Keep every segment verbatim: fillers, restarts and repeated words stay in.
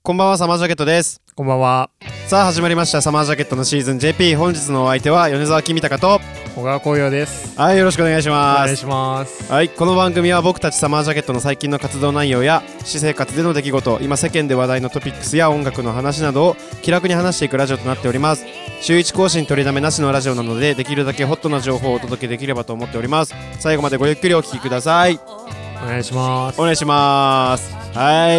こんばんは、サマージャケットです。 こんばんは。 さあ始まりましたサマージャケットのシーズン ジェーピー。 本日のお相手は米沢君高と小川光陽です。 はい、よろしくお願いします。 お願いします。 はい、この番組は僕たちサマージャケットの最近の活動内容や私生活での出来事、今世間で話題のトピックスや音楽の話などを気楽に話していくラジオとなっております。週いち更新取りだめなしのラジオなので、できるだけホットな情報をお届けできればと思っております。最後までごゆっくりお聞きください。 お願いします。 お願いします。はい、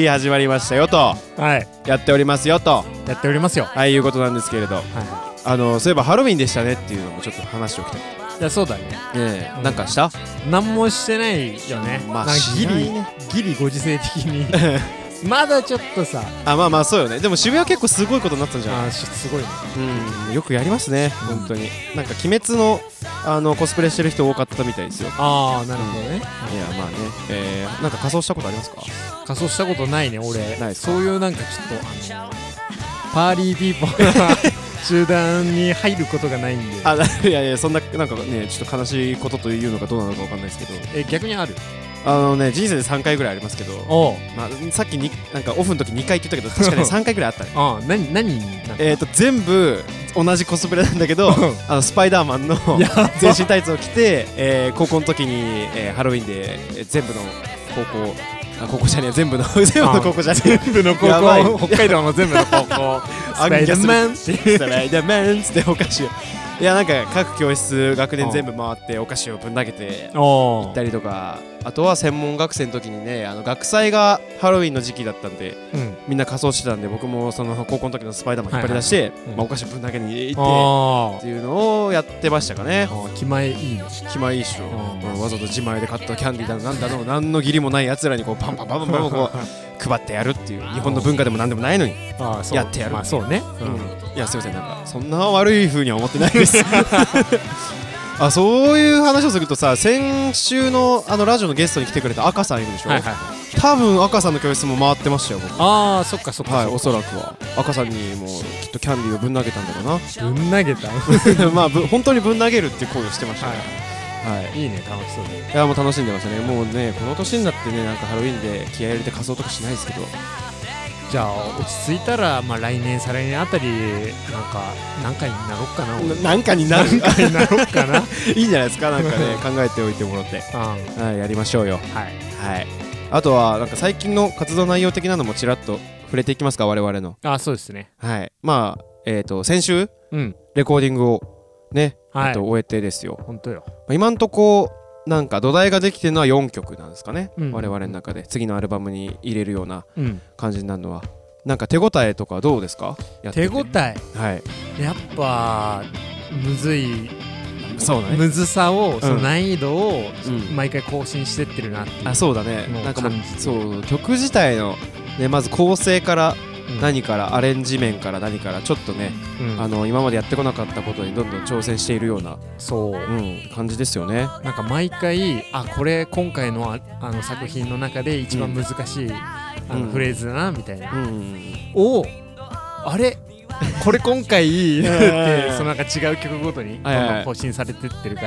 始まりましたよと、 はい、 やっておりますよと、 やっておりますよ。 はい、いうことなんですけれど、はい、あのそういえばハロウィンでしたねっていうのもちょっと話しておきたい。 いや、そうだね。 ええ、 うん、 なんかした？ 何もしてないよね。 まあなんかギリ、ね、ギリご時世的にまだちょっとさあ、まあまあそうよね。でも渋谷結構すごいことになったんじゃん。 あ、すごいね。 うん、よくやりますね、うん、本当に。なんか鬼滅のあのコスプレしてる人多かったみたいですよ。 ああ、なるほどね。 うん、いやまあね、えー、なんか仮装したことありますか？ 仮装したことないね、俺。 ないですか？ そういうなんかちょっとあのパーリーピーポーな集団に入ることがないんで。 あ、いやいや、そんななんかね、ちょっと悲しいことというのかどうなのかわかんないですけど。 え、逆にある？ あのね、人生でさんかいぐらいありますけど、 お、 まあ、さっきになんかオフの時にかいって言ったけど、確かにさんかいぐらいあったね。 ああ、なに、何えーと全部同じコスプレなんだけどあのスパイダーマンの全身タイツを着て、えー、高校の時に、えー、ハロウィンで、えー、全部の高校あ高校じゃねえ全部の全部の高校じゃねえ全部の高校北海道の全部の高校スパイダーマンスパイダーマンつってお菓子をいやなんか各教室学年全部回ってお菓子をぶん投げて行ったりとか、あとは専門学生の時にね、あの学祭がハロウィンの時期だったんで、うん、みんな仮装してたんで、僕もその高校の時のスパイダーマン引っ張り出して、はいはい、まあ、お菓子ぶん投げに行ってっていうのをやってましたかね。 気前いいね。 気前いいっしょ、うん、わざと自前で買ったキャンディーだのなんだの何の義理もないやつらにこうパンパンパンパンパンこう配ってやるっていう、日本の文化でもなんでもないのにやってやる。 まあそうね、うん、 いやすいません、なんかそんな悪い風には思ってないですあ、そういう話をするとさ、先週のあのラジオのゲストに来てくれた赤さんいるでしょ、はいはい、多分赤さんの教室も回ってましたよ、僕。 ああ、そっかそっか、 はい、おそらくは赤さんにもきっとキャンディーをぶん投げたんだろうな。ぶん投げたまあ本当にぶん投げるっていう行為をしてましたね。 はい、はい、いいね、楽しそうで。 いやもう楽しんでましたね。もうね、この年になってね、なんかハロウィンで気合い入れて仮装とかしないですけど、 じゃあ落ち着いたら、まあ、来年再来年あたりなんか何回になろっかな。 何回になる何回になろっかないいんじゃないですか、なんかね考えておいてもらって、うん、はい、やりましょうよ。はい、はい、あとはなんか最近の活動内容的なのもちらっと触れていきますか、我々の。 あ、そうですね。 はい、まあえーと先週、うん、レコーディングをね、はい、えと終えてですよ。 本当よ。 今んとこなんか土台ができてるのはよんきょくなんですかね、うん、我々の中で次のアルバムに入れるような感じになるのは、うん、なんか手応えとかどうですか？やってて手応え、 はい、 やっぱむずい、 そうね、 むずさを、うん、その難易度を毎回更新してってるなっていう、うん、 あ、そうだね。なんかもうそう曲自体の、ね、まず構成から何から、うん、アレンジ面から何からちょっとね、うん、あの今までやってこなかったことにどんどん挑戦しているような、そう、うん、感じですよね。 なんか毎回、あ、これ今回の、あ、あの作品の中で一番難しい、うん、あのフレーズだなみたいな、うん、お、あれこれ今回ってそのなんか違う曲ごとにどんどん更新されてってるから、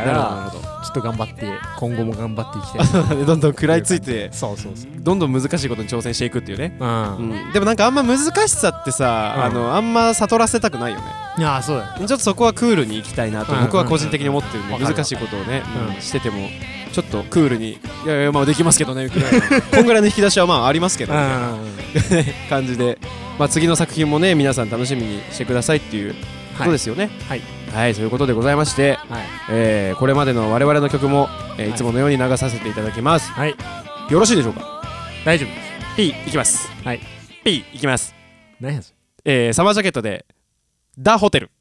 ちょっと頑張って今後も頑張っていきたいどんどん食らいついて、 そうそうそう、 どんどん難しいことに挑戦していくっていうね、うんうん、でもなんかあんま難しさってさ、うん、あのあんま悟らせたくないよね。 いや、そうだね。 ちょっとそこはクールにいきたいなと僕は個人的に思ってるんで、難しいことをね、うん、しててもちょっとクールに、いやいやまあできますけどね、こんぐらいの引き出しはまあありますけどね感じで、まあ、次の作品もね皆さん楽しみにしてくださいっていうことですよね。はい、はいはい、ということでございまして、はい、えー、これまでの我々の曲も、えー、いつものように流させていただきます。はい、よろしいでしょうか？ 大丈夫です。 P いきます。はい、P いきます。 何やそれ、 えー、サマージャケットでダホテル。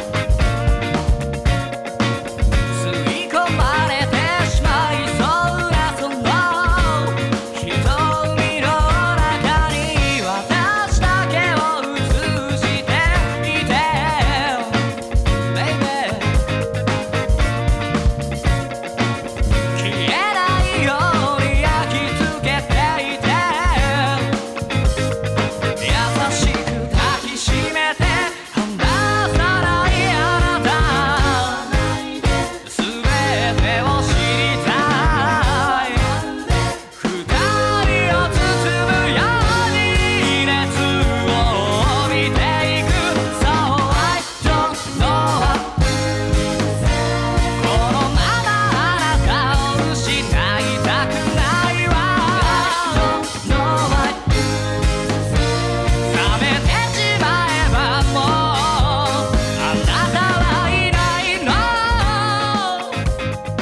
吸い込まれてしまいそうな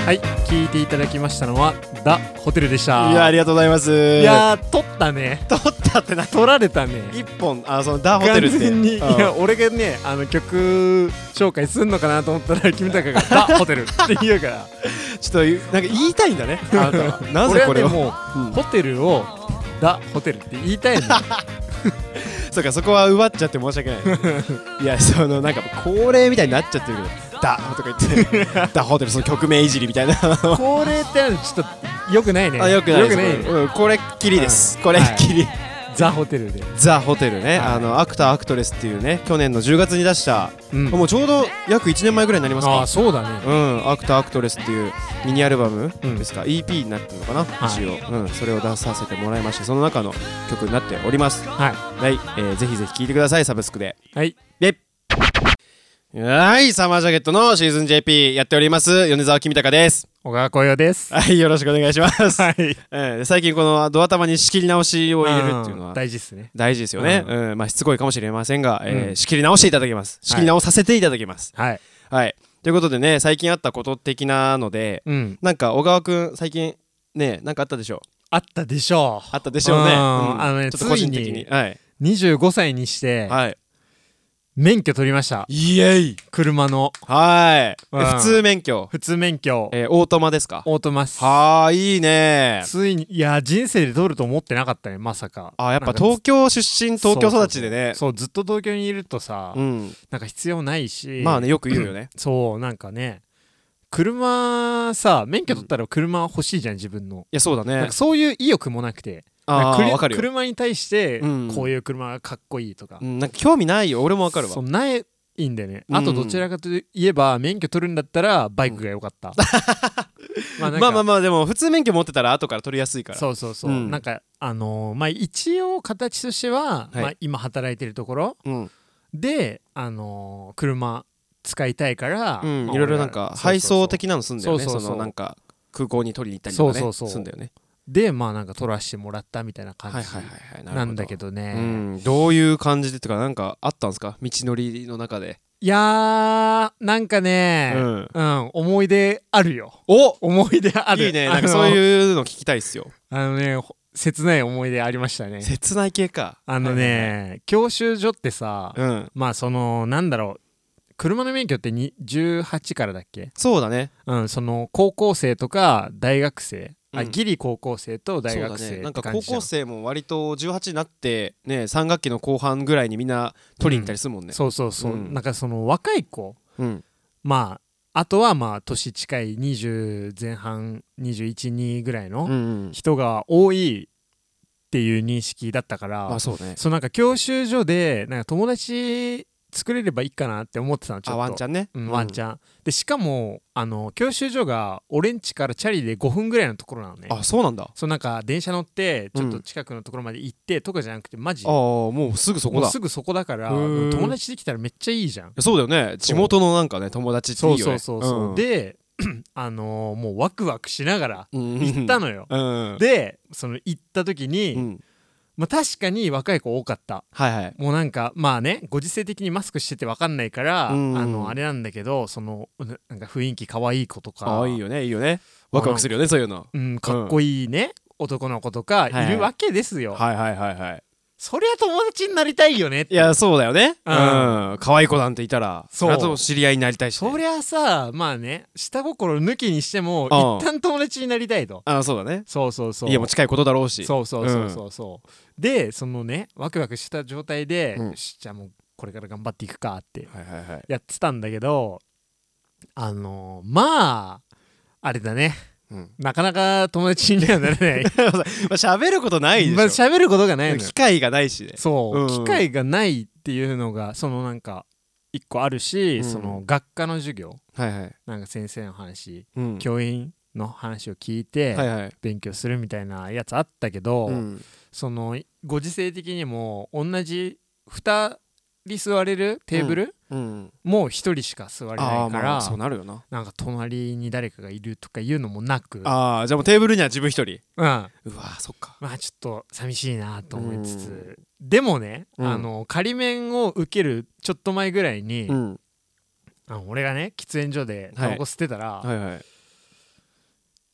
はい聞いていただきましたのはザ・ホテルでした。 いやありがとうございます。 いやー撮ったね撮ったってな撮られたね一本あそのザ・ホテルって完全に、 うんいや俺がねあの曲紹介すんのかなと思ったら君たかがザ・ホテルって言うからちょっとなんか言いたいんだねあなたはなぜこれを俺はねもう、うん、ホテルをザ・ホテルって言いたいのそうかそこは奪っちゃって申し訳ないいやそのなんか恒例みたいになっちゃってるけどダとか言ってダホテルその曲名いじりみたいな恒例ってちょっとよくないね。 あよくないですよくないね、 うん、これっきりです、うん、これっきり、はい、 ザ・ホテルでザ・ホテルね、はい、あのアクターアクトレスっていうね去年のじゅうがつに出した、うん、もうちょうど約いちねんまえぐらいになりますか。 あそうだね、 うん、アクターアクトレスっていうミニアルバムですか、うん、イーピー になってるのかな、一応、はいうん、それを出させてもらいましてその中の曲になっております。 はい、 はいえー、ぜひぜひ聴いてくださいサブスクで。 はいではいサマージャケットのシーズン ジェーピー やっております米沢君高です。 小川紅葉です。 はいよろしくお願いします、 はいえー、最近このドア玉に仕切り直しを入れるっていうのは大事ですね。 大事ですよね、うんうんまあ、しつこいかもしれませんが、えーうん、仕切り直していただきます仕切り直させていただきますはい、 はい、ということでね最近あったこと的なので、うん、なんか小川くん最近ねなんかあったでしょう。 あったでしょうあったでしょうね、うん、 あのねちょっと個人的に、 はい、にじゅうごさいにして、はい免許取りました。 イエイ車のはい、うん、普通免許普通免許、 えー、オートマですか。 オートマス。 はーいいね。 ついにいや人生で取ると思ってなかったねまさか。 あやっぱ東京出身東京育ちでね。 そうずっと東京にいるとさ、うん、なんか必要ないしまあねよく言うよねそうなんかね車さ免許取ったら車欲しいじゃん自分の。 いやそうだね。 なんかそういう意欲もなくてあ分かるよ車に対してこういう車がかっこいいとか、 うん、なんか興味ないよ。俺も分かるわ。 そうないいんだよね、うん、あとどちらかといえば免許取るんだったらバイクが良かった、うんまあ、まあまあまあでも普通免許持ってたら後から取りやすいから。 そうそうそう、うん、なんかあのー、まあ一応形としては、はいまあ、今働いてるところ、うん、であのー、車使いたいから、 うんまあ、 いろいろなんか配送的なのすんだよね。そのなんか空港に取りに行ったりとかねそうそうそうすんだよね。でまあなんか取らせてもらったみたいな感じなんだけどね、 うん、どういう感じでとかなんかあったんですか道のりの中で。 いやーなんかね、うんうん、思い出あるよ。 お思い出ある。 いいねなんかそういうの聞きたいっすよ。 あのね切ない思い出ありましたね。 切ない系か。 あのね、はいはい、教習所ってさ、うん、まあそのなんだろう車の免許ってじゅうはちからだっけ。 そうだね、 うん、その高校生とか大学生あギリ高校生と大学生って感じじゃん、ね、 なんか高校生も割とじゅうはちになってねさん学期の後半ぐらいにみんな取りに行ったりするもんね、 うん、そうそうそう、うん、なんかその若い子、うん、まああとはまあ年近いにじゅう前半にじゅういち、にぐらいの人が多いっていう認識だったから、 まあそうね、 そうなんか教習所でなんか友達作れればいいかなって思ってたのちょっと。 あワンチャンね、 うん、ワンチャン、うん、でしかもあの教習所が俺ん家からチャリでごふんぐらいのところなのね。 あそうなんだ。 そうなんか電車乗ってちょっと近くのところまで行ってとかじゃなくてマジ、 ああもうすぐそこだ。 もうすぐそこだから友達できたらめっちゃいいじゃん。 そうだよね地元のなんかね友達っていいよね。 そうそうそうそう、うん、であのー、もうワクワクしながら行ったのよ、うんうん、でその行った時に、うんまあ、確かに若い子多かった、 はいはい、 もうなんかまあねご時世的にマスクしてて分かんないから、うんうん、あのあれなんだけどそのなんか雰囲気可愛い子とかあいいよねいいよねワクワクするよねそういうの、 うん、かっこいいね、うん、男の子とかいるわけですよ、 はいはいはいはい。 そりゃ友達になりたいよねって。 いやそうだよね、うん、うん、可愛い子なんていたらそりゃと知り合いになりたいし、ね、 そりゃさまあね下心抜きにしても一旦友達になりたいと。 ああそうだねそうそうそう家も近いことだろうしそうそうそうそうそう、うん、でそのねワクワクした状態で、うん、よしじゃあもうこれから頑張っていくかってやってたんだけど、あのー、まああれだねうん、なかなか友達にはなれないまあ喋ることないでしょ。まあ喋ることがないのよ。 機会がないしね。 そう、うん、機会がないっていうのがそのなんか一個あるし、うん、その学科の授業、はいはい、なんか先生の話、うん、教員の話を聞いて、はいはい、勉強するみたいなやつあったけど、うん、そのご時世的にも同じふたり座れるテーブル、うんうん、もうひとりしか座れないから、まあ、 そうなるよな。 なんか隣に誰かがいるとかいうのもなく、 ああじゃあもうテーブルには自分一人、うん、うわそっか。 まあちょっと寂しいなと思いつつ、でもね、うん、あの仮免を受けるちょっと前ぐらいに、うん、あの俺がね喫煙所でタバコ吸ってたら、はいはいはい、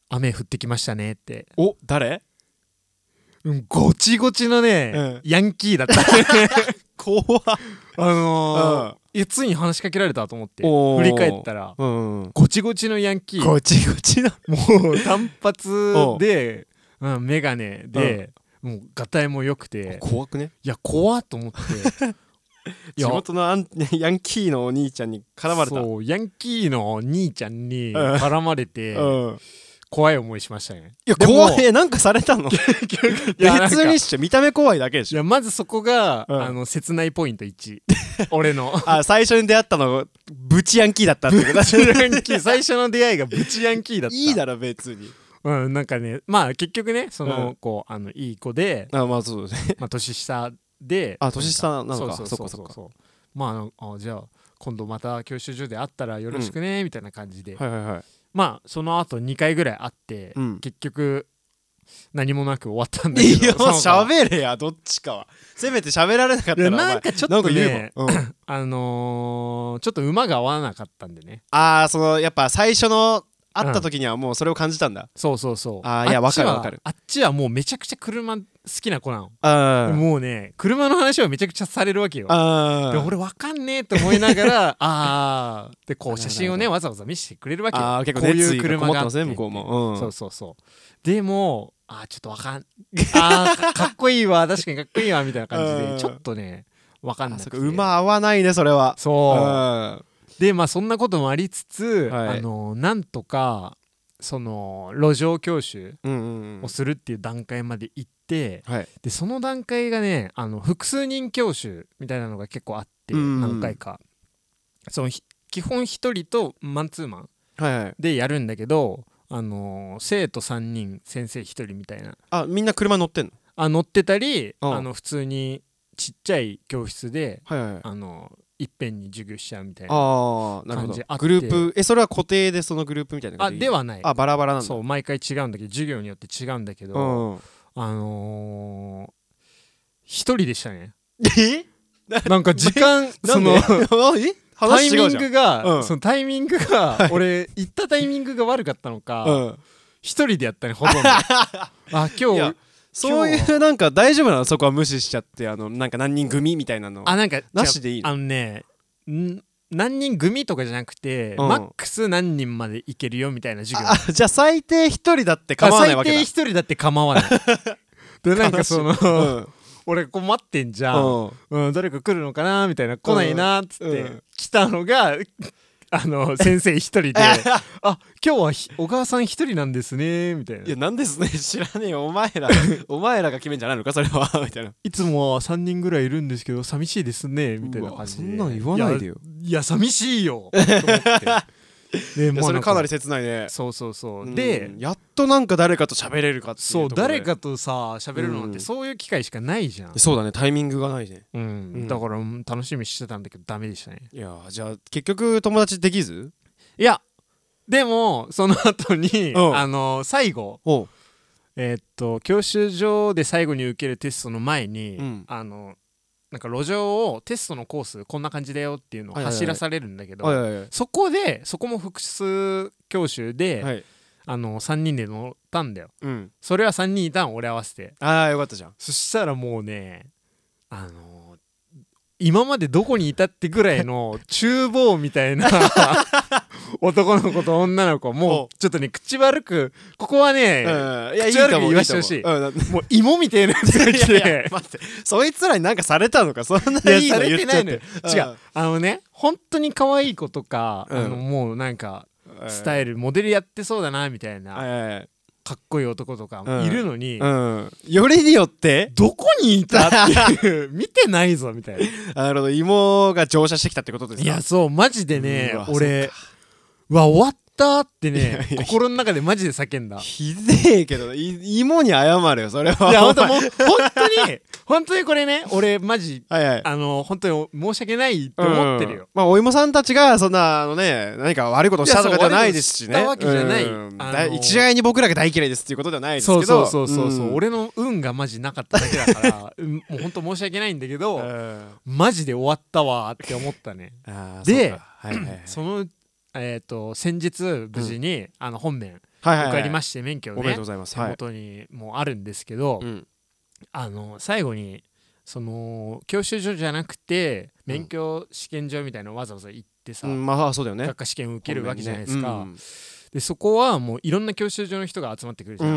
雨降ってきましたねって。 お、誰？ うん、ごちごちのね、うん、ヤンキーだった怖っ。 あのー、うん、いつに話しかけられたと思って振り返ったら、うん、ごちごちのヤンキー、 ごちごちのもう単発で、うん、メガネで、うん、もうガタイも良くて怖くね？ いや怖っと思って地元のアンヤンキーのお兄ちゃんに絡まれた。 そうヤンキーの兄ちゃんに絡まれて、うん、怖い思いしましたね。 いや怖い。なんかされたの？別にっしょ、見た目怖いだけでしょ。 いやまずそこが、うん、あの切ないポイントいち俺のあ、最初に出会ったのブチヤンキーだったってこと？ ブチヤンキー最初の出会いがブチヤンキーだった。 いいだろ別に。 うん、なんかね、まあ結局ねその、うん、こうあのいい子で、 あ、まあそうですね、 まあ、年下で、 あ、年下なのか。 そうそうそうそう、まあ、あ、じゃあ今度また教習所で会ったらよろしくね、うん、みたいな感じで、 はいはいはい、 まあその後にかいぐらい会って、うん、結局何もなく終わったんだけど。いや喋れや、どっちかは。せめて喋られなかったらなんかちょっとね、うん、あのー、ちょっと馬が合わなかったんでね。 ああ、そのやっぱ最初の会った時にはもうそれを感じたんだ、うん、 そうそうそう。 ああ、いや分かる分かる。 あっちはもうめちゃくちゃ車好きな子なの。あ、もうね車の話をめちゃくちゃされるわけよ。あ、で俺分かんねえと思いながらああでこう写真をねわざわざ見せてくれるわけよ。 あ、結構熱意がこもってますね向こうも、 うん、そうそうそう。でもあーちょっと分かんあーかっこいいわ、確かにかっこいいわみたいな感じでちょっとね分かんなくて。 馬合わないねそれは。 そう。でまあそんなこともありつつ、はい、あのなんとかその路上教習をするっていう段階まで行って、うんうんうん、でその段階がねあの複数人教習みたいなのが結構あって、うんうん、何回かその基本ひとりとマンツーマンでやるんだけど、はいはい、あの生徒さんにん先生ひとりみたいな。 あ、みんな車乗ってんの？ あ、乗ってたり、あの普通にちっちゃい教室で、はいはい、あのいっぺんに授業しちゃうみたいな感じあって。グループ、え、それは固定でそのグループみたいな感じ？あ、ではない。あ、バラバラなんだ。そう、毎回違うんだけど授業によって違うんだけど、うん、あのー、ひとりでしたね。 えなんか時間そのタイミングが、うん、そのタイミングが、はい、俺行ったタイミングが悪かったのか、うん、一人でやったねほとんど。あ、今日そういうなんか大丈夫なの？そこは無視しちゃって、あのなんか何人組みたいなのあ、なんかなしでいいの？ あのね、ん何人組とかじゃなくて、うん、マックス何人までいけるよみたいな授業。 あ、じゃあ最低一人だって構わないわけだ。 最低一人だって構わない。でなんかその、うん、俺困ってんじゃん、うんうん、誰か来るのかなみたいな、来ないなっつって、うん、来たのがあの先生一人であ、今日は小川さん一人なんですねみたいな。 いや、なんですね、知らねえよ、お前らお前らが決めんじゃないのかそれはみたいな。 いつもはさんにんぐらいいるんですけど寂しいですねみたいな感じで。 そんなの言わないでよ。 いや、いや寂しいよと思ってでもそれかなり切ないね。 そうそうそう。でやっとなんか誰かと喋れるかっていうところで。 そう、誰かとさ喋るのってそういう機会しかないじゃん。 そうだね、タイミングがないね。 うん、うん、だから楽しみしてたんだけどダメでしたね。 いや、じゃあ結局友達できず？ いやでもその後にあの最後えー、っと教習所で最後に受けるテストの前に、うん、あのなんか路上をテストのコースこんな感じだよっていうのを走らされるんだけど、はいはいはい、そこでそこも複数教習で、はい、あのさんにんで乗ったんだよ、うん、それはさんにんいたん俺合わせて。 ああよかったじゃん。 そしたらもうねあの今までどこにいたってぐらいの厨房みたいな男の子と女の子もうちょっとね口悪くここはね、うん、いや口悪く言わしてほしい、うん、もう芋みたいなやつが来ていやいや待ってそいつらになんかされたのかそんないいの言っちゃって。違う、 あのね本当に可愛い子とか、うん、あのもうなんかスタイルモデルやってそうだなみたいな、うんかっこいい男とかいるのに、 うんうん、よりによってどこにいたっていう見てないぞみたいな。なるほど、芋が乗車してきたってことですか？ いやそうマジでね、俺うわ終わったってねいやいや心の中でマジで叫んだ。 ひでえけど芋に謝るよそれは。 いや本当もう本当に本当にこれね俺マジはい、はい、あの本当に申し訳ないって思ってるよ、うん、 まあお芋さんたちがそんなあのね何か悪いことをしたとかじゃないですしね。 したわけじゃない、 うんあのー、一概に僕らが大嫌いですっていうことではないですけど、 そうそうそうそう、うん、俺の運がマジなかっただけだからもう本当申し訳ないんだけど、うん、マジで終わったわって思ったね。あで、はいはいはい、そのえー、と先日無事に、うん、あの本面はいはいはい、 受かりまして免許をね、 おめでとうございます、 手元にもうあるんですけど、 はい、うん、 あの最後にその教習所じゃなくて免許試験場みたいなのわざわざ行ってさ、 うん、まあそうだよね、 学科試験を受けるわけじゃないですか、 ね、うん、 でそこはもういろんな教習所の人が集まってくるじゃん、 うん、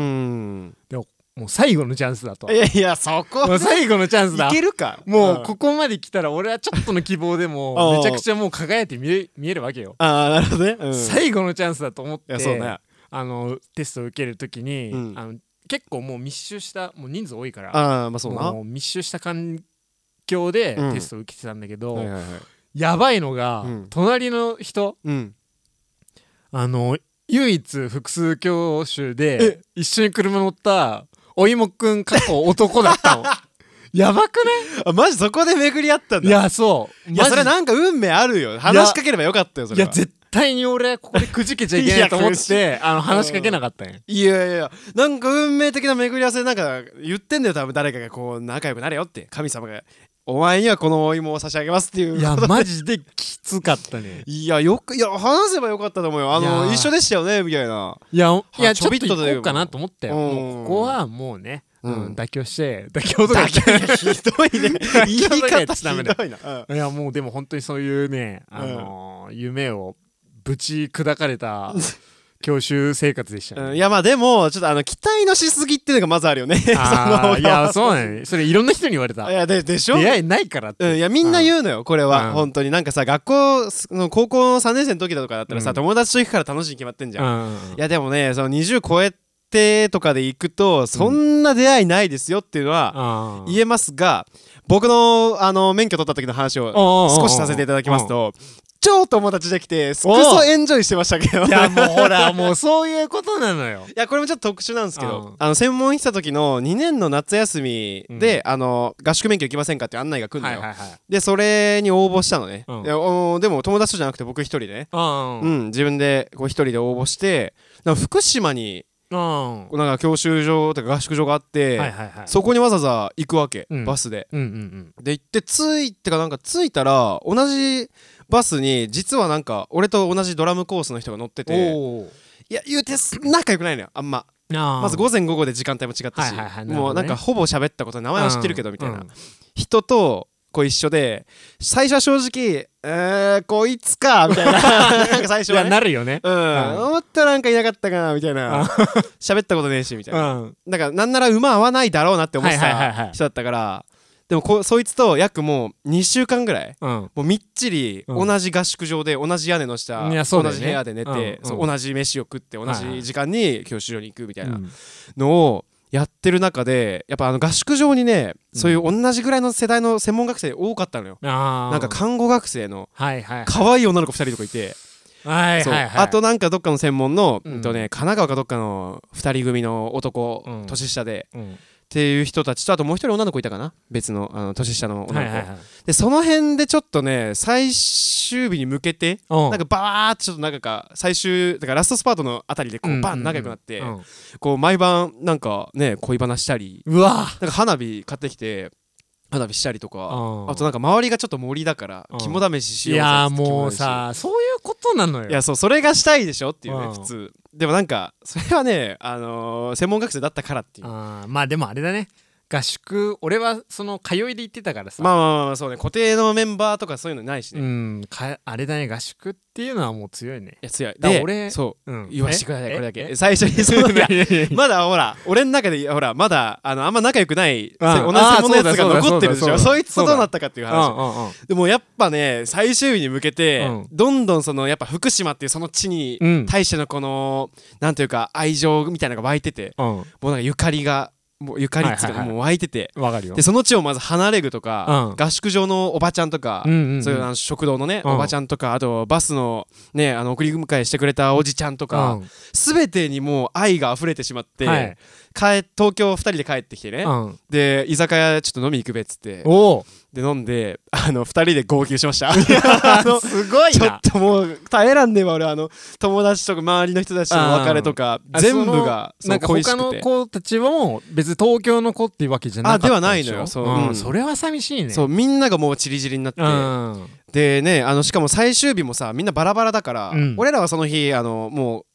でももう最後のチャンスだと。 いやいやそこもう最後のチャンスだ。 いけるか、 もうここまで来たら俺はちょっとの希望でもうんめちゃくちゃもう輝いて見え、見えるわけよ。 ああなるほどね、うん、 最後のチャンスだと思って、 いやそうね、 あのテストを受けるときに、 うん、 あの結構もう密集したもう人数多いから、 ああまあそうな、 もう密集した環境でうんテストを受けてたんだけど、 はいはいはい、 やばいのが、 うん隣の人、 うん、 あの唯一複数教習で一緒に車乗ったお芋くんかっこ男だったの。やばくね。 あマジそこで巡り合ったんだ。 いやそういやそれなんか運命あるよ。話しかければよかったよそれは。 いや絶対に俺ここでくじけちゃいけないと思ってあの話しかけなかったんや。 いやいやなんか運命的な巡り合わせなんか言ってんだよ多分誰かがこう仲良くなれよって神様がお前にはこのお芋を差し上げますっていう。 いやマジできつかったね。 いやよくいや話せばよかったと思うよ。あの一緒でしたよねみたいな。 いやいやちょっちょびっとでと行こうかなと思ったよ。もうここはもうね、 うんうん、妥協して妥協とかひどいね。言い方ひどいな。 いやもうでも本当にそういうね、あのー、夢をぶち砕かれた教習生活でしたね、 うん、いやまあでもちょっとあの期待のしすぎっていうのがまずあるよね。 あいやそうなの、それいろんな人に言われた。 いや で, でしょ出会いないからって、 うん、いやみんな言うのよこれは、 うん、 本当になんかさ学校の高校のさんねん生の時だとかだったらさ、うん、友達と行くから楽しいに決まってんじゃん、うん、いやでもねそのにじゅう超えてとかで行くとそんな出会いないですよっていうのは言えますが、僕のあの免許取った時の話を少しさせていただきますと、超友達できてクソエンジョイしてましたけど。 いやもうほらもうそういうことなのよ。 いやこれもちょっと特殊なんですけど、あの専門行ってた時のにねんの夏休みで、うん、あの合宿免許行きませんかって案内が来るんだよ、はいはいはい、でそれに応募したのね、うん、で, おでも友達とじゃなくて僕一人でね、うん、うん、自分でこう一人で応募して福島になんか教習所とか合宿所があって、はいはいはい、そこにわざわざ行くわけ、うん、バスで、うんうんうん、で行って着いてかなんか着いたら同じバスに実はなんか俺と同じドラムコースの人が乗ってて、いや言うて仲良くないのよあんま。まず午前午後で時間帯も違ったし、はいはいはい、もうなんかほぼ喋ったこと名前は知ってるけどみたいな人とこう一緒で、最初は正直えーこいつかみたいななんか最初は、ね、 いやなるよね、うん、 思ったらなんかいなかったかなみたいな喋ったことねえしみたいな、うん、なんかなんなら馬合わないだろうなって思ってた人だったから、はいはいはいはい、でもこそいつと約もうにしゅうかんぐらい、うん、もうみっちり同じ合宿場で同じ屋根の下、うん、同じ部屋で寝て、うん、そう同じ飯を食って同じ時間に教習所に行くみたいなのをやってる中で、やっぱあの合宿場にね、うん、そういう同じぐらいの世代の専門学生多かったのよ。なんか看護学生の可愛い女の子ふたりとかいて、はいはいはい、あとなんかどっかの専門の、うんとね、神奈川かどっかのふたり組の男、うん、年下で、うん、っていう人たちと、あともう一人女の子いたかな、別の、あの年下の女の子、はいはいはい、でその辺でちょっとね最終日に向けてなんかバーッとちょっとなんか最終だからラストスパートのあたりでこうバン仲良くなって、うんうんうん、こう毎晩なんかね恋バナしたり、うわなんか花火買ってきて花火したりとか、あとなんか周りがちょっと森だから肝試ししようぜって。いやもうさそういうことなのよ。 いやそうそれがしたいでしょっていうね普通。でもなんかそれはねあのー、専門学生だったからっていう。 あまあでもあれだね、合宿俺はその通いで行ってたからさ、 まあまあまあそうね、固定のメンバーとかそういうのないしね、 うんかあれだね、合宿っていうのはもう強いね。 いや強いで俺そう、うん、言わしてくださいこれだけ最初にそのまだほら俺の中でほらまだあのあんま仲良くない同じ専門のやつが残ってるでしょ。そいつとどうなったかっていう話でもやっぱね最終日に向けて、うん、どんどんそのやっぱ福島っていうその地に対してのこの、うん、なんていうか愛情みたいなのが湧いてて、うん、もうなんかゆかりがもうゆかりっつうかもう湧いてて、 わかるよ。 でその地をまず離れるとか、うん、合宿場のおばちゃんとか、うんうんうん、そういうあの食堂のね、うん、おばちゃんとか、あとバスのねあの送り迎えしてくれたおじちゃんとか、すべ、うん、てにもう愛が溢れてしまって、はい、帰東京ふたりで帰ってきてね、うん、で居酒屋ちょっと飲み行くべっつっておで飲んであのふたりで号泣しましたあのすごいな。 ちょっともう耐えらんねえわ俺、あの友達とか周りの人たちとの別れとか全部がなんか他の子たちも別に東京の子っていうわけじゃなかったでしょ。 あではないのよ。そう、うんうん、それは寂しいね。 そうみんながもうチリチリになって、うんでね、あのしかも最終日もさみんなバラバラだから、うん、俺らはその日あのもう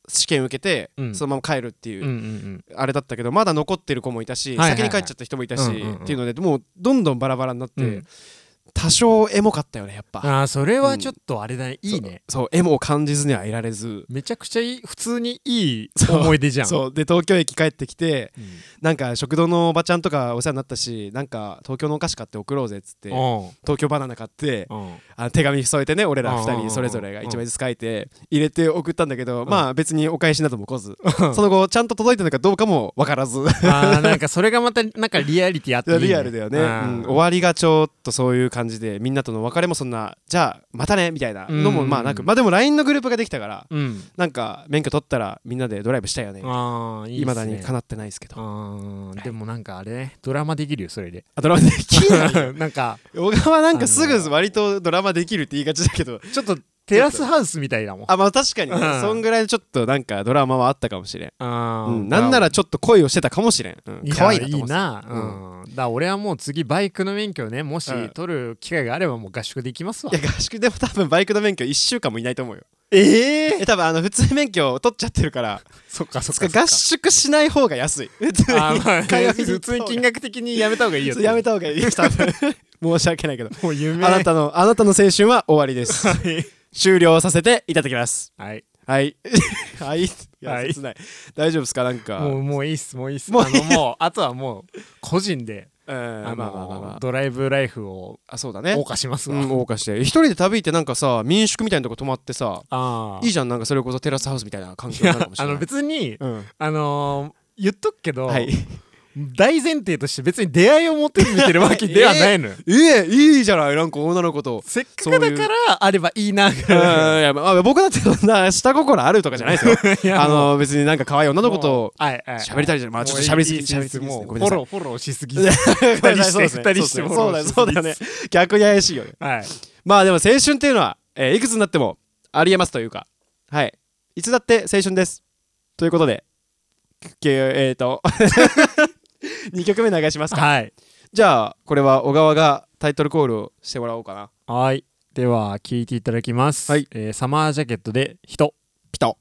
試験受けて、うん、そのまま帰るっていう、うんうんうん、あれだったけどまだ残ってる子もいたし、はいはいはい、先に帰っちゃった人もいたし、うんうんうん、っていうのでもうどんどんバラバラになって、うん、多少エモかったよねやっぱ。 あそれはちょっとあれだね、うん、いいね。 そうエモを感じずにはいられずめちゃくちゃいい普通にいい思い出じゃん。 そうで東京駅帰ってきて、うん、なんか食堂のおばちゃんとかお世話になったしなんか東京のお菓子買って送ろうぜっつって東京バナナ買ってあの手紙添えてね俺らふたりそれぞれがいちまいずつ書いて入れて送ったんだけどまあ別にお返しなども来ずその後ちゃんと届いたのかどうかも分からずあなんかそれがまたなんかリアリティあっていいね。 リアルだよね、うん、終わりがちょっとそういう感じでみんなとの別れもそんなじゃあまたねみたいなのもまあなくまあでも ライン のグループができたから、うん、なんか免許取ったらみんなでドライブしたいよね。あいまだに叶ってないですけどあでもなんかあれねドラマできるよそれで。 あドラマできるなんか小川なんかすぐ割とドラマできるって言いがちだけどちょっとテラスハウスみたいだもん。 あまあ確かにね、うん、そんぐらいちょっとなんかドラマはあったかもしれん。あ、うん、なんならちょっと恋をしてたかもしれん、うん、可愛いなと思って。いいな、 うんうん、だから俺はもう次バイクの免許ねもし取る機会があればもう合宿で行きますわ。 いや合宿でも多分バイクの免許いっしゅうかんもいないと思うよ。 えー、 え多分あの普通免許を取っちゃってるからそっかそっか合宿しない方が安い。 あ、まあ、普通に金額的にやめた方がいいよ。 やめた方がいいよ多分申し訳ないけどもう夢あなたのあなたの青春は終わりです、はい、終了させていただきます。 はいはいはいいや切ない、大丈夫ですかなんかもうもういいっすもういいっすもうあのもうあとはもう個人でうん、あのーまあまあまあまあ、 ドライブライフをあそうだね謳歌しますわ、 うん、謳歌して一人で旅行ってなんかさ民宿みたいなとこ泊まってさあいいじゃんなんかそれこそテラスハウスみたいな環境になるかもしれない。 あの別に、うん、あのー、言っとくけど、はい大前提として別に出会いを求めてるわけではないのよ。 えー、えー、いいじゃないなんか女の子とせっかくだからあればいいなぐらい。 いや、まあ、僕だってそんな下心あるとかじゃないですよ。あの別になんか可愛い女の子と喋りたいじゃん。まあちょっと喋りすぎ喋りすぎですね。ごめんなさい。 フォローフォローしすぎ。二人して二人してフォローしすぎ。 そうだよね。逆に怪しいよね。はい。まあでも青春っていうのは、えー、いくつになってもありえますというか、はいいつだって青春ですということで、えーと。にきょくめ流しますか。はいじゃあこれは小川がタイトルコールをしてもらおうかな。 はいでは聴いていただきます、はいえー、サマージャケットで人ピト。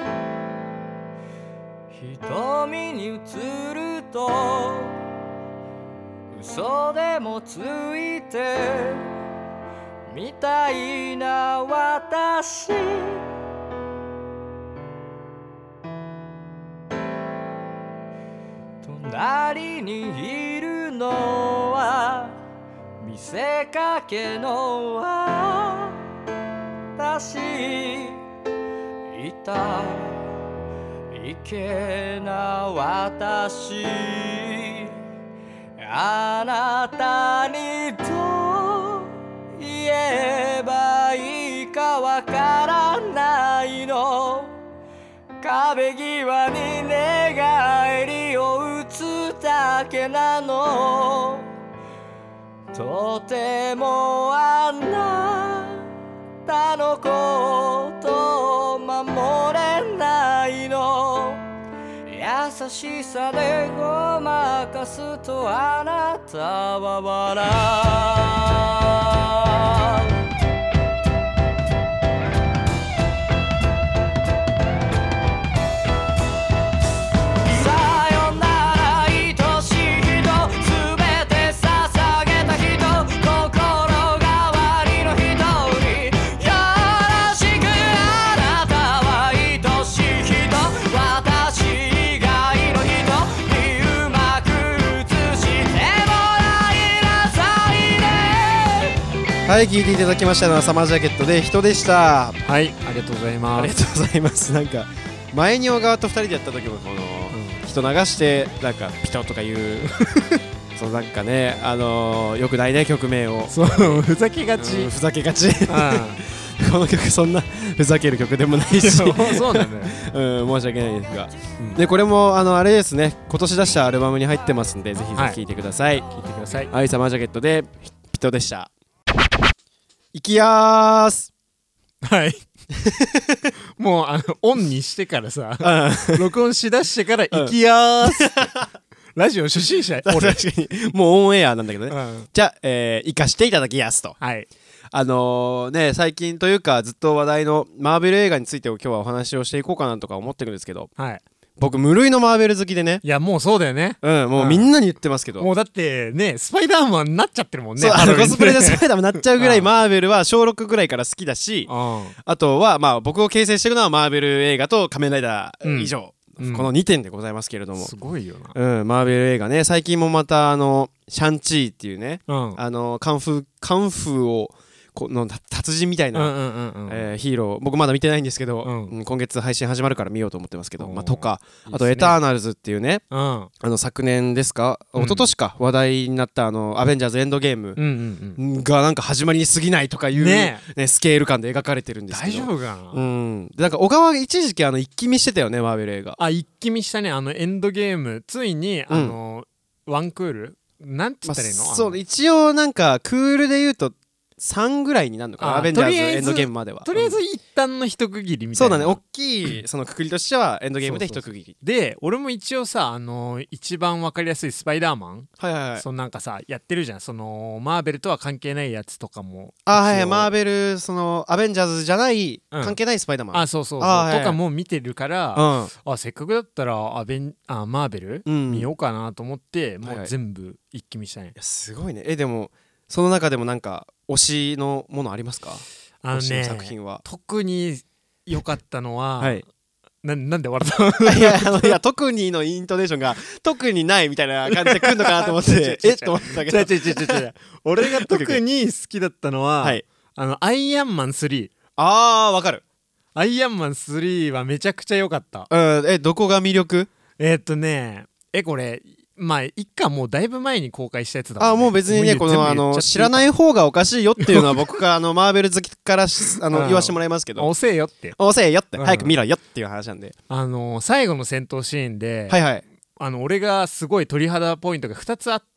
瞳に映ると嘘でもついてみたいな私隣にいるのは見せかけの私いたいけな私あなたにどう言えばいいかわからないの壁際に寝返りを打つだけなのとてもあなたのことを守れないの優しさでごまかすとあなたは笑うはい聴いていただきましたのはサマージャケットで人でした。 はいありがとうございます。 ありがとうございます。なんか前に小川とふたりでやった時もこの、うん、人流してなんかピトとか言うそうなんかねあのー、よくないね曲名をそうふざけがち、うん、 ふざけがちこの曲そんなふざける曲でもないしそうなんだよ、うん、申し訳ないですが、うん、でこれもあのあれですね今年出したアルバムに入ってますんでぜひぜひ聴いてください。 聴、はい、いてください。 はいサマージャケットでピトでした。いきやーすはいもうあのオンにしてからさ、うん、録音しだしてからいきやーす、うん、ラジオ初心者確かにもうオンエアなんだけどね、うん、じゃあ、えー、行かしていただきやすと。 はいあのー、ね最近というかずっと話題のマーベル映画についてを今日はお話をしていこうかなとか思ってるんですけど、 はい、 僕無類のマーベル好きでね。 いやもうそうだよね。 うんもうみんなに言ってますけど、 もうだってねスパイダーマンになっちゃってるもんね。 そうあのコスプレでスパイダーマンになっちゃうぐらいマーベルは小ろくぐらいから好きだし、あとはまあ僕を形成しているのはマーベル映画と仮面ライダー以上、うん、このにてんでございますけれども、 すごいよな。 うんマーベル映画ね最近もまたあのシャンチーっていうね、うん、あのカンフーカンフーをこの達人みたいなヒーロー僕まだ見てないんですけど、うん、今月配信始まるから見ようと思ってますけど、まあ、とかあと「エターナルズ」っていうね、うん、あの昨年ですか一昨年か話題になったあの「アベンジャーズエンドゲーム」がなんか始まりに過ぎないとかいう、ねね、スケール感で描かれてるんですけど大丈夫かな、 うん、でなんか小川一時期あの一気見してたよねマーベル映画。 あ一気見したね。あのエンドゲームついにあの、うん、ワンクールなんて言ったらいいの、まあ、 そう一応なんかクールで言うとさんぐらいになるのかなアベンジャーズエンドゲームまでは。 とりあえず一旦の一区切りみたいな、 そうだね大きいそのくくりとしてはエンドゲームで一区切りで俺も一応さあのー、一番わかりやすいスパイダーマン、 はいはいはい、 そのなんかさやってるじゃんそのマーベルとは関係ないやつとかもあはいはいマーベルそのアベンジャーズじゃない、うん、関係ないスパイダーマンあそうそうそうあ、はいはい、 とかも見てるから、うん、あせっかくだったらアベンあマーベル、うん、見ようかなと思ってもう全部一気見したね、はいはい、 すごいね。えでもその中でもなんか推しのものありますか？ あのね、 推しの作品は特に良かったのは、はい、な, なんで笑ったいやあのいや特にのイントネーションが特にないみたいな感じで来るのかなと思ってえっと思ったけど違う違う違う違う俺が特に好きだったのは、はい、あのアイアンマンスリー。 あーわかる。 アイアンマンスリーはめちゃくちゃ良かった。 うんえどこが魅力？ えー、っとねえこれまあ一巻もうだいぶ前に公開したやつだもんね。 あもう別にねこのあの知らない方がおかしいよっていうのは僕があのマーベル好きからあの言わせてもらいますけど遅えよって遅えよって早く見ろよっていう話なんで、 あの最後の戦闘シーンで、 はいはい、 あの俺がすごい鳥肌ポイントがふたつあって、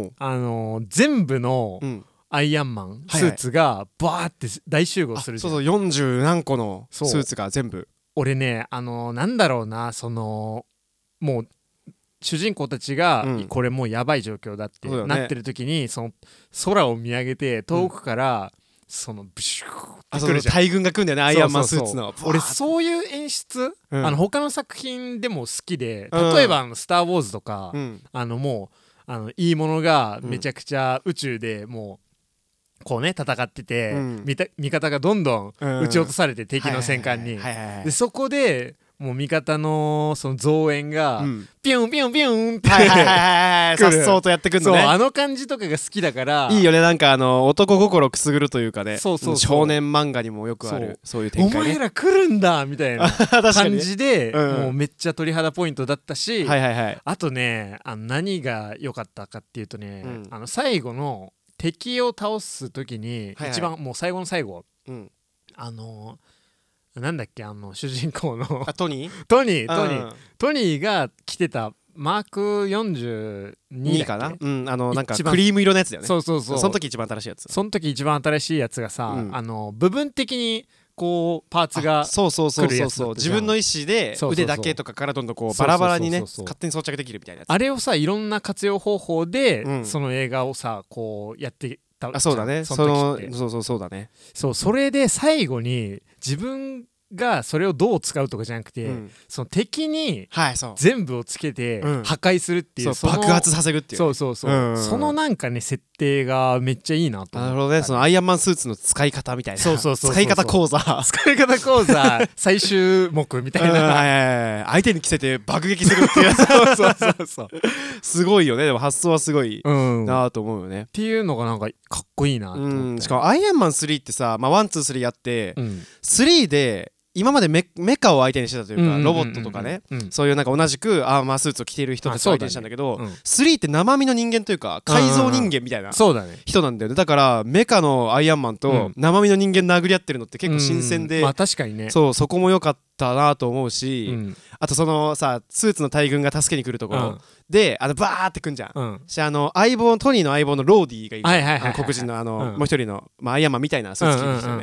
あの全部の、うんアイアンマンスーツがバーって大集合するじゃん、 そうそうよんじゅうなんこのスーツが全部。 俺ねあのなんだろうなそのもう主人公たちが、うん、これもうやばい状況だってなってる時に、ね、その空を見上げて遠くから、うん、そのブシューってくるじゃん。 大軍が来るんだよねアイアンマンスーツの。 俺そういう演出、うん、あの他の作品でも好きで、例えばあのスター・ウォーズとか、うん、あのもうあのいいものがめちゃくちゃ宇宙でもうこうね戦ってて、うん、味方がどんどん撃ち落とされて、うん、敵の戦艦にでそこでもう味方のその増援が、うん、ピュンピュンピュンってさっそうとやってくるのね。 そうあの感じとかが好きだからいいよね。なんかあの男心くすぐるというかね。そうそうそう少年漫画にもよくある そ, うそういう展開ね。 お前ら来るんだみたいな感じで、うん、もうめっちゃ鳥肌ポイントだったし、はいはいはい、あとねあの何が良かったかっていうとね、うん、あの最後の敵を倒す時に、はいはい、一番もう最後の最後、うん、あのなんだっけあの主人公のあトニートニートニートニーが着てたマークよんじゅうにかな、うん、あのなんかクリーム色のやつだよね。 そうそうそうその時一番新しいやつ。 その時一番新しいやつがさ、うん、あの部分的にこうパーツがそうそうそうそうそう自分の意思で腕だけとかからどんどんこうバラバラにね勝手に装着できるみたいなやつ。 あれをさいろんな活用方法で、うん、その映画をさこうやってあそうだねそのそうそうそうだねそうそれで最後に自分がそれをどう使うとかじゃなくて、うん、その敵に全部をつけて破壊するっていう、 うん、そう爆発させるっていう、 そうそうそう、うんうん、そのなんかね設定がめっちゃいいなと思って。 なるほどね。そのアイアンマンスーツの使い方みたいな。そうそうそうそう使い方講座使い方講座最終目みたいな、うんはいはいはい、相手に着せて爆撃するっていうそうそうそうそうすごいよね。でも発想はすごいなと思うよね、うん、 っていうのがなんかかっこいいなと思って、 うん、しかもアイアンマンスリーってさ、まあ、ワンツースリーやって、うん、スリーで今まで メ, メカを相手にしてたというか、うんうんうんうん、ロボットとかね、うん、そういうなんか同じくアーマースーツを着ている人たちを相手にしたんだけど、ねうん、スリーって生身の人間というか改造人間みたいな人なんだよね。だからメカのアイアンマンと生身の人間殴り合ってるのって結構新鮮で、うんうん、 まあ確かにね。 そうそこも良かったなと思うし、うん、あとそのさスーツの大群が助けに来るところ、うん、であのバーってくんじゃん、うん、しあの相棒トニーの相棒のローディーがいる、はいはいはいはい、黒人のあの、うん、もう一人の、まあ、アイアンマンみたいなスーツ着てる人ね、うんうんうんうん、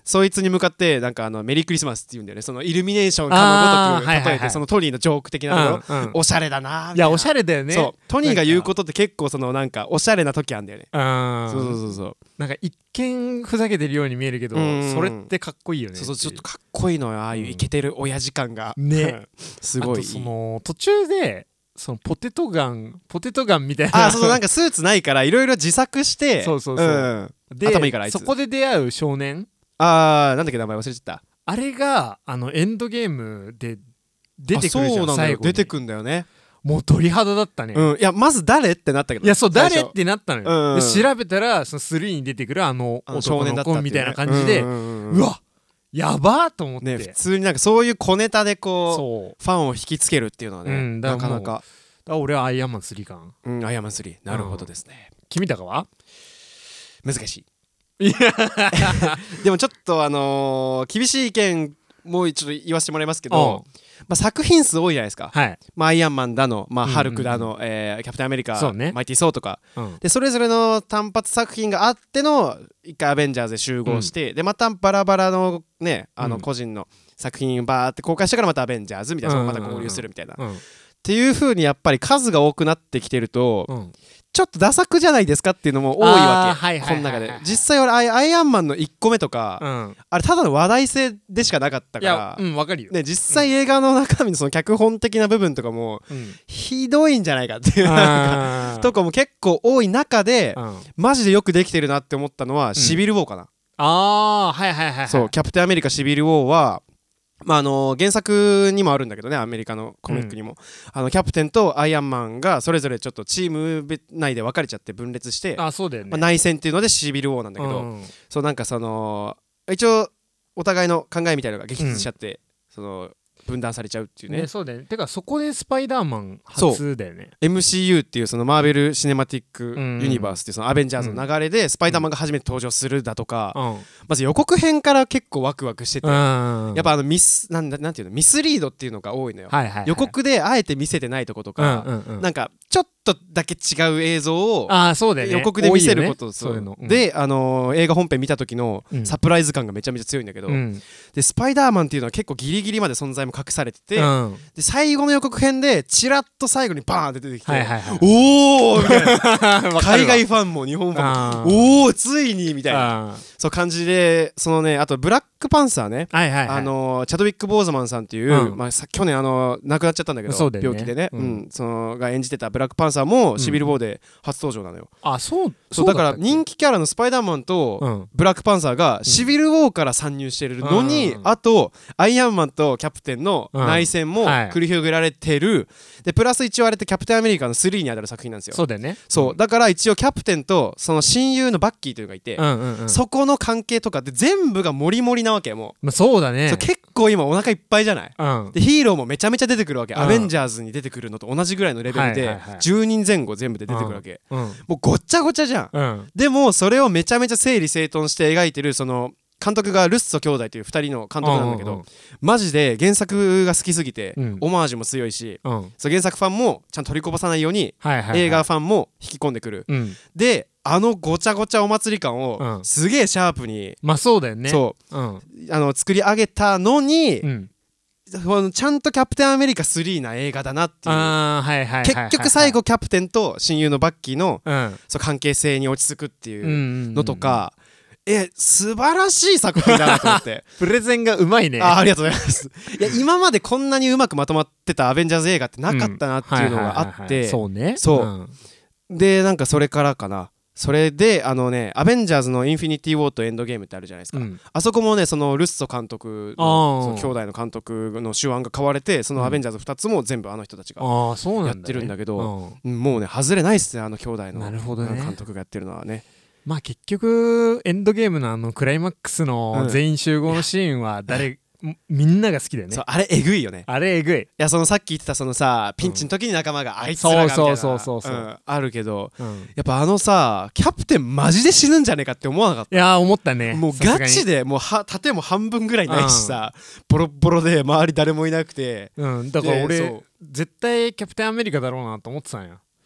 そいつに向かってなんかあのメリークリスマスって言うんだよね。そのイルミネーションかのごとく例えて、 はいはいはい、 そのトニーのジョーク的なところ、 うんうん、 おしゃれだなみたいな。 いやおしゃれだよね。 そうトニーが言うことって結構そのなんかおしゃれな時あるんだよね。 あそうそうそうそう。 なんか一見ふざけてるように見えるけど、それってかっこいいよね。 そうそうちょっとかっこいいのよ、ああいうイケてる親父感が、 うん、ねすごいいい。 あとその途中でそのポテトガンポテトガンみたいなあそうそうなんかスーツないからいろいろ自作してそうそうそう、 うん、 で頭いいからあいつそこで出会う少年、 あーなんだっけ名前忘れちゃった。 あれがあのエンドゲームで出てくるじゃん。 そうなんだよ、 最後に出てくんだよね。 もう鳥肌だったね、 うん、いやまず誰ってなったけど、 いやそう最初誰ってなったのよ、 うんうん、 で調べたらそのスリーに出てくるあのあの少男の年だったっていうね子みたいな感じで、 うんうんうんうん、 うわやばーと思って、 ね、普通になんかそういう小ネタでこうそうファンを引きつけるっていうのはね、 うん、だなからもうかなか。 だから俺はアイアンマンスリーかな。 うんアイアンマンスリーなるほどですね、 うん、君たかは難しい。いやでもちょっとあのー、厳しい意見もうちょっと言わせてもらいますけど、まあ、作品数多いじゃないですか、 はいまあ、アイアンマンだの、まあ、 うんうんうんハルクだの、えーキャプテンアメリカ、 そうねマイティー・ソーとか、 うん、 でそれぞれの単発作品があっての一回アベンジャーズで集合して、うん、でまたバラバラのねあの個人の作品をバーって公開してからまたアベンジャーズみたいな、うん、また合流するみたいな、うんうん、っていう風にやっぱり数が多くなってきてると、うん、ちょっとダサくじゃないですかっていうのも多いわけ、この中で。実際俺アイアンマンのいっこめとか、うん、あれただの話題性でしかなかったから、いや、 うん、わかるよ、 ね、実際映画の中身のその脚本的な部分とかも、うん、ひどいんじゃないかっていうなんかとかも結構多い中で、うん、マジでよくできてるなって思ったのは、うん、シビルウォーかな。 あーはいはいはい、はい、 そうキャプテンアメリカシビルウォーはまあ、あの原作にもあるんだけどね、アメリカのコミックにも、うん、あのキャプテンとアイアンマンがそれぞれちょっとチーム内で分かれちゃって分裂して、 あそうだよね、 まあ、内戦っていうのでシビルウォーなんだけど、うん、そうなんかその一応お互いの考えみたいなのが激突しちゃって、うん、その分断されちゃうっていうね。 ねそうだよね。てかそこでスパイダーマン初だよね。 エムシーユー っていうそのマーベル・シネマティック・ユニバースっていうそのアベンジャーズの流れでスパイダーマンが初めて登場するだとか、うん、まず予告編から結構ワクワクしてて、うん、やっぱあのミスなんだなんていうのミスリードっていうのが多いのよ、はいはいはい、予告であえて見せてないとことか、うんうんうん、なんかちょっとだけ違う映像を予告で見せること、ね、そういうの、うん、で、あのー、映画本編見た時のサプライズ感がめちゃめちゃ強いんだけど、うん、でスパイダーマンっていうのは結構ギリギリまで存在も隠されてて、うん、で最後の予告編でチラッと最後にバーンって出てきて、はいはいはい、おーみたいな海外ファンも日本ファンもおーついにみたいなそう感じで、そのねあとブラックパンサーね、はいはいはい、あのー、チャドウィック・ボーズマンさんっていう、うんまあ、去年あの亡くなっちゃったんだけど、ね、病気でね、うんうん、そのが演じてたブラックパンサーもシビルウォーで初登場なのよ、 うん、あそうそうだから人気キャラのスパイダーマンとブラックパンサーがシビルウォーから参入してるのに、うん、あとアイアンマンとキャプテンの内戦も繰り広げられてる、うんはい、でプラス一応あれってキャプテンアメリカのスリーに当たる作品なんですよ。 そうだよね。 そうだから一応キャプテンとその親友のバッキーというのがいて、うんうんうん、そこの関係とかって全部がモリモリなわけもう、 まあ、そうだね。 そう結構今お腹いっぱいじゃない、うん、でヒーローもめちゃめちゃ出てくるわけ、うん、アベンジャーズに出てくるのと同じぐらいのレベルで、はいはいはい、じゅうにんぜん後全部で出てくるわけ、うんうん、もうごっちゃごちゃじゃん、うん、でもそれをめちゃめちゃ整理整頓して描いてるその監督がルッソ兄弟というふたりの監督なんだけど、うんうんうん、マジで原作が好きすぎて、うん、オマージュも強いし、うん、そう原作ファンもちゃんと取りこぼさないように、はいはいはい、映画ファンも引き込んでくる、うん、であのごちゃごちゃお祭り感をすげえシャープに、 まあそうだよね、 そう、うん、あの作り上げたのに、うんちゃんとキャプテンアメリカスリーな映画だなっていう、あ、はいはいはいはい、結局最後キャプテンと親友のバッキーの、うん、そう関係性に落ち着くっていうのとか、うんうんうん、え素晴らしい作品だなと思ってプレゼンがうまいね。 あ, ありがとうございますいや今までこんなにうまくまとまってたアベンジャーズ映画ってなかったなっていうのがあってそうねそう、うん、でなんかそれからかなそれであのねアベンジャーズのインフィニティ・ウォーとエンドゲームってあるじゃないですか、うん、あそこもねそのルッソ監督のその兄弟の監督の手腕が買われてそのアベンジャーズふたつも全部あの人たちがやってるんだけど、うん、もうね外れないっすねあの兄弟の監督がやってるのはね。 まあ結局エンドゲームのあのクライマックスの全員集合のシーンは誰みんなが好きだよね。 そうあれえぐいよね。 あれえぐい。いやそのさっき言ってたそのさピンチの時に仲間があいつらがみたいな、 そうそうそうそう、 うん、あるけど、うん、やっぱあのさキャプテンマジで死ぬんじゃねえかって思わなかった？ いや思ったね。 もうガチでもうは盾も半分ぐらいないしさ、うん、ボロボロで周り誰もいなくて、 うん、だから俺絶対キャプテンアメリカだろうなと思ってたんや。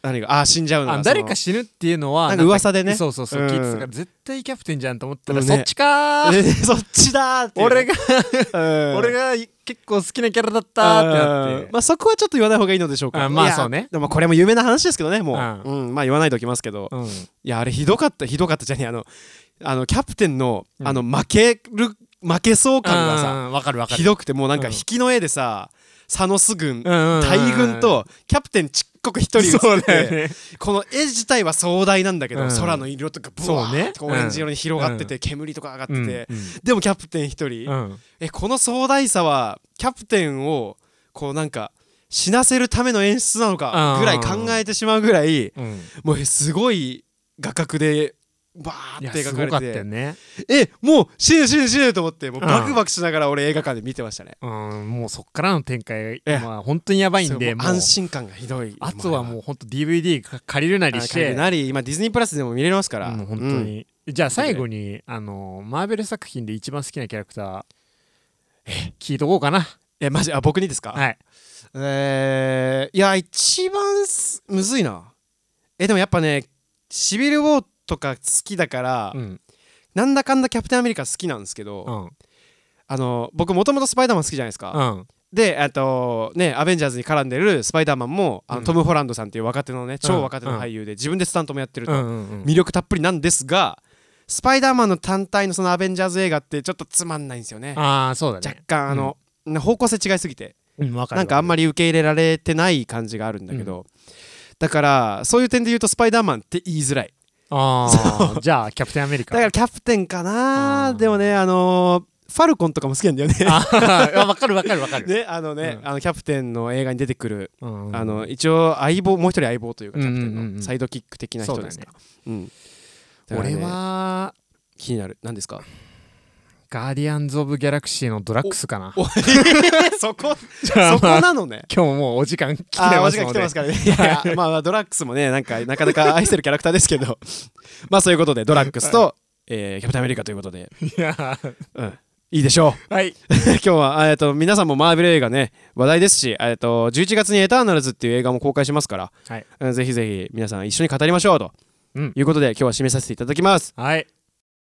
何があ死んじゃうのがあ誰か死ぬっていうのはなんか噂でねそうそうそう、 うん、 聞いてたから絶対キャプテンじゃんと思ったら、 うんね、 そっちかー、 えー、そっちだーって俺がうん、 俺が結構好きなキャラだったーってなって、 まあそこはちょっと言わない方がいいのでしょうか。 あまあそうね。 でもこれも有名な話ですけどねもう、 うんうん、まあ言わないときますけど、うん、いやあれひどかったひどかったじゃねえあのあのキャプテンの、うん、あの負ける負けそう感がさ、 わかるわかる、 ひどくてもうなんか引きの絵でさ、サノス軍、大軍とキャプテンちっこく一人映ってて、ね、この絵自体は壮大なんだけど、うん、空の色とかブワーッとオレンジ色に広がってて、うん、煙とか上がってて、うんうん、でもキャプテン一人、うん、えこの壮大さはキャプテンをこうなんか死なせるための演出なのかぐらい考えてしまうぐらい、うん、もうすごい画角でバーって描かれて、すごかったよね。えもう死ぬ死ぬ死ぬと思ってもうバクバクしながら俺映画館で見てましたね。 うん、うん、もうそっからの展開まあ本当にやばいんで、 もう安心感がひどい。 あとはもう本当 ディーブイディー 借りるなりして借りるなり今ディズニープラスでも見れますから、 うん、本当に、うん、じゃあ最後にあのマーベル作品で一番好きなキャラクターえ聞いとこうかな。 えマジあ僕にですか。 はいえー、いや一番むずいな。えでもやっぱねシビルウォーとか好きだから、うん、なんだかんだキャプテンアメリカ好きなんですけど、うん、あの僕もともとスパイダーマン好きじゃないですか、うん、であとねアベンジャーズに絡んでるスパイダーマンもあの、うん、トム・ホランドさんっていう若手のね超若手の俳優で自分でスタントもやってると、魅力たっぷりなんですがスパイダーマンの単体のそのアベンジャーズ映画ってちょっとつまんないんですよね。 あーそうだね。 若干あの、うん、方向性違いすぎて、 うん、分かるなんかあんまり受け入れられてない感じがあるんだけど、うん、だからそういう点で言うとスパイダーマンって言いづらい。 あじゃあキャプテンアメリカだからキャプテンかな。でもねあのー、ファルコンとかも好きなんだよね。 あ分かる分かる分かるねあのね、うん、あのキャプテンの映画に出てくる、 うんうん、 あの一応相棒もう一人相棒というかキャプテンのサイドキック的な人ですか、うんうんうんうんね、俺は気になる何ですか。 ガーディアンズ・オブ・ギャラクシーのドラッグスかな。 そこそこなのね。 今日もうお時間来てますので。 お時間来てますからね。いやいやまあドラッグスもねなんかなかなか愛せるキャラクターですけどまあそういうことでドラッグスと、えー、キャプテンアメリカということでいや、 うん、いいでしょう。 はい今日はえっと皆さんもマーベル映画ね話題ですし、えっとじゅういちがつにエターナルズっていう映画も公開しますから、はい、ぜひぜひ皆さん一緒に語りましょうと、うん、いうことで今日は締めさせていただきます。 はい。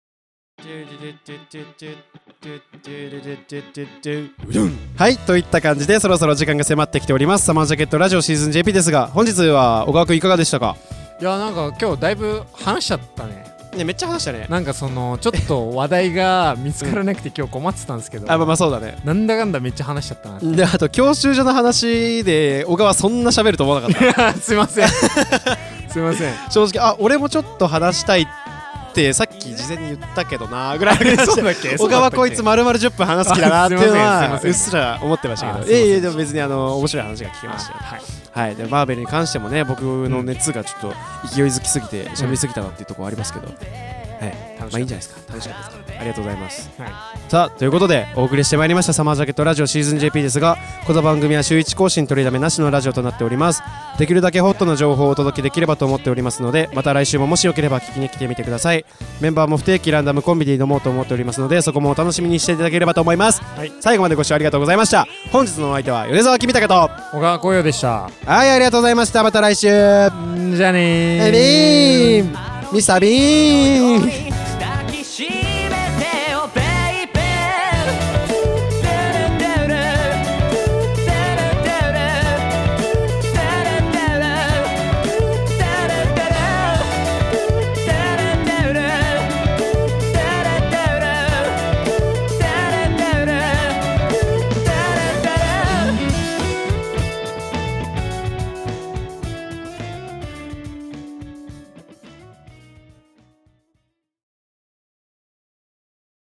はいといった感じでそろそろ時間が迫ってきております。サマージャケットラジオシーズン ジェーピー ですが本日は小川くんいかがでしたか。 いやなんか今日だいぶ話しちゃったね。 ねめっちゃ話したね。 なんかそのちょっと話題が見つからなくて今日困ってたんですけど、 うん、あまあまあそうだね。 なんだかんだめっちゃ話しちゃったな。 であと教習所の話で小川そんな喋ると思わなかったすいませんすいません正直あ俺もちょっと話したいってさっき事前に言ったけどなぐらいそうだっけ。 小川こいつ丸々じゅっぷん話す気だなっていうのはうっすら思ってましたけど、ええでも別にあの面白い話が聞けましたよ。はいはい、でマーベルに関してもね僕の熱がちょっと勢いづきすぎて喋りすぎたなっていうところありますけど、はいまあいいんじゃないですか。楽しかったですか。ありがとうございます、はい、さあということでお送りしてまいりましたサマージャケットラジオシーズン ジェーピー ですがこの番組は週いち更新取りだめなしのラジオとなっております。できるだけホットな情報をお届けできればと思っておりますのでまた来週ももしよければ聞きに来てみてください。メンバーも不定期ランダムコンビで挑もうと思っておりますのでそこもお楽しみにしていただければと思います、はい、最後までご視聴ありがとうございました。本日のお相手は米沢君高と小川紅葉でした。 はいありがとうございました。また来週じゃあねービームミスタービーン